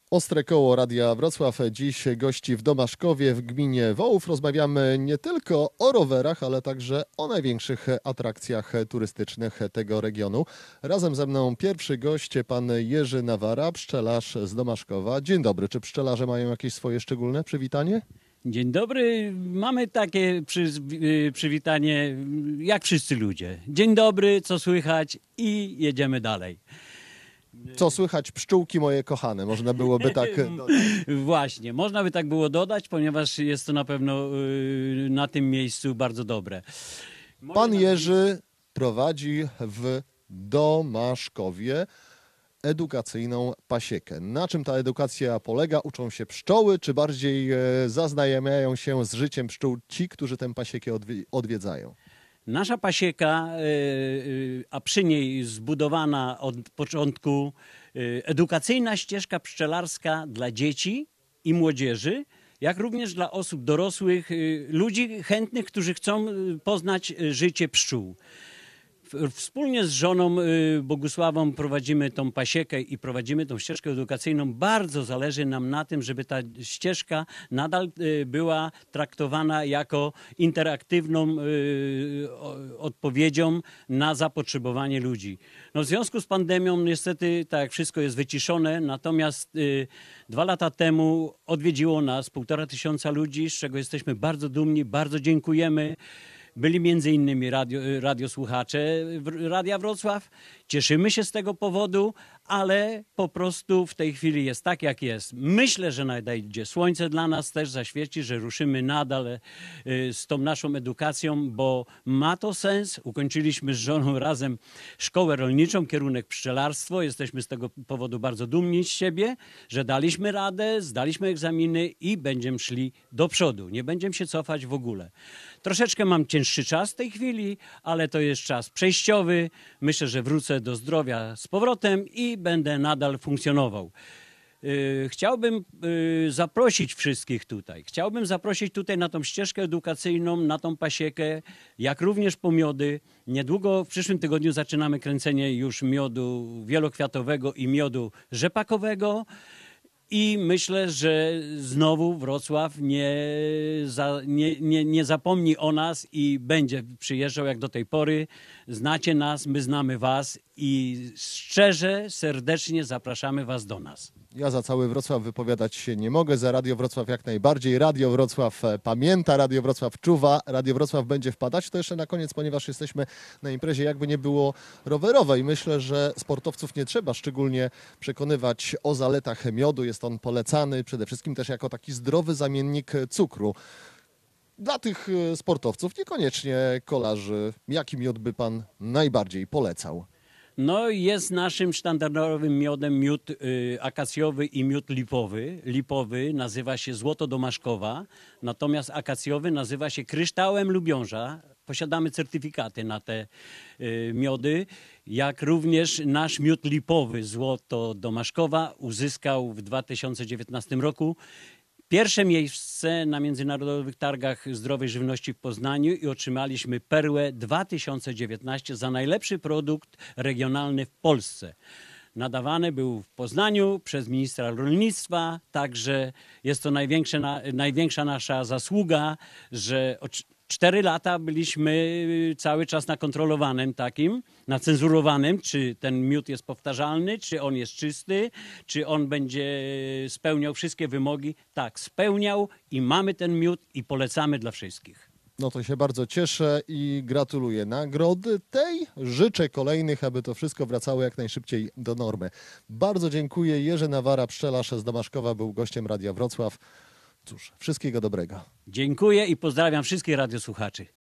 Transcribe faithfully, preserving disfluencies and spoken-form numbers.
Ostre koło Radia Wrocław dziś gości w Domaszkowie w gminie Wołów. Rozmawiamy nie tylko o rowerach, ale także o największych atrakcjach turystycznych tego regionu. Razem ze mną pierwszy gość, pan Jerzy Nawara, pszczelarz z Domaszkowa. Dzień dobry. Czy pszczelarze mają jakieś swoje szczególne przywitanie? Dzień dobry. Mamy takie przy, przywitanie jak wszyscy ludzie. Dzień dobry, co słychać i jedziemy dalej. Co słychać, pszczółki moje kochane, można byłoby tak dodać. Właśnie, można by tak było dodać, ponieważ jest to na pewno na tym miejscu bardzo dobre. Pan Jerzy prowadzi w Domaszkowie edukacyjną pasiekę. Na czym ta edukacja polega? Uczą się pszczoły, czy bardziej zaznajamiają się z życiem pszczół ci, którzy tę pasiekę odwiedzają? Nasza pasieka, a przy niej zbudowana od początku edukacyjna ścieżka pszczelarska dla dzieci i młodzieży, jak również dla osób dorosłych, ludzi chętnych, którzy chcą poznać życie pszczół. Wspólnie z żoną Bogusławą prowadzimy tą pasiekę i prowadzimy tą ścieżkę edukacyjną. Bardzo zależy nam na tym, żeby ta ścieżka nadal była traktowana jako interaktywną odpowiedzią na zapotrzebowanie ludzi. No w związku z pandemią niestety tak wszystko jest wyciszone, natomiast dwa lata temu odwiedziło nas półtora tysiąca ludzi, z czego jesteśmy bardzo dumni, bardzo dziękujemy. Byli między innymi radio, radiosłuchacze Radia Wrocław. Cieszymy się z tego powodu, ale po prostu w tej chwili jest tak, jak jest. Myślę, że nadejdzie słońce dla nas też zaświeci, że ruszymy nadal z tą naszą edukacją, bo ma to sens. Ukończyliśmy z żoną razem szkołę rolniczą, kierunek pszczelarstwo. Jesteśmy z tego powodu bardzo dumni z siebie, że daliśmy radę, zdaliśmy egzaminy i będziemy szli do przodu. Nie będziemy się cofać w ogóle. Troszeczkę mam cięższy czas w tej chwili, ale to jest czas przejściowy. Myślę, że wrócę do zdrowia z powrotem i będę nadal funkcjonował. Chciałbym zaprosić wszystkich tutaj. Chciałbym zaprosić tutaj na tą ścieżkę edukacyjną, na tą pasiekę, jak również po miody. Niedługo w przyszłym tygodniu zaczynamy kręcenie już miodu wielokwiatowego i miodu rzepakowego. I myślę, że znowu Wrocław nie, za, nie, nie, nie zapomni o nas i będzie przyjeżdżał jak do tej pory. Znacie nas, my znamy was i szczerze, serdecznie zapraszamy was do nas. Ja za cały Wrocław wypowiadać się nie mogę, za Radio Wrocław jak najbardziej. Radio Wrocław pamięta, Radio Wrocław czuwa, Radio Wrocław będzie wpadać. To jeszcze na koniec, ponieważ jesteśmy na imprezie jakby nie było rowerowej. Myślę, że sportowców nie trzeba szczególnie przekonywać o zaletach miodu. Jest on polecany przede wszystkim też jako taki zdrowy zamiennik cukru. Dla tych sportowców, niekoniecznie kolarzy, jaki miód by pan najbardziej polecał? No jest naszym sztandarowym miodem miód y, akacjowy i miód lipowy. Lipowy nazywa się Złoto Domaszkowa, natomiast akacjowy nazywa się Kryształem Lubiąża. Posiadamy certyfikaty na te y, miody, jak również nasz miód lipowy Złoto Domaszkowa uzyskał w dwa tysiące dziewiętnastym roku pierwsze miejsce na Międzynarodowych Targach Zdrowej Żywności w Poznaniu i otrzymaliśmy Perłę dwa tysiące dziewiętnaście za najlepszy produkt regionalny w Polsce. Nadawany był w Poznaniu przez ministra rolnictwa, także jest to największa, największa nasza zasługa, że cztery lata byliśmy cały czas na kontrolowanym takim, na cenzurowanym, czy ten miód jest powtarzalny, czy on jest czysty, czy on będzie spełniał wszystkie wymogi. Tak, spełniał i mamy ten miód i polecamy dla wszystkich. No to się bardzo cieszę i gratuluję nagrody tej. Życzę kolejnych, aby to wszystko wracało jak najszybciej do normy. Bardzo dziękuję. Jerzy Nawara, pszczelarz z Domaszkowa, był gościem Radia Wrocław. Cóż, wszystkiego dobrego. Dziękuję i pozdrawiam wszystkich radiosłuchaczy.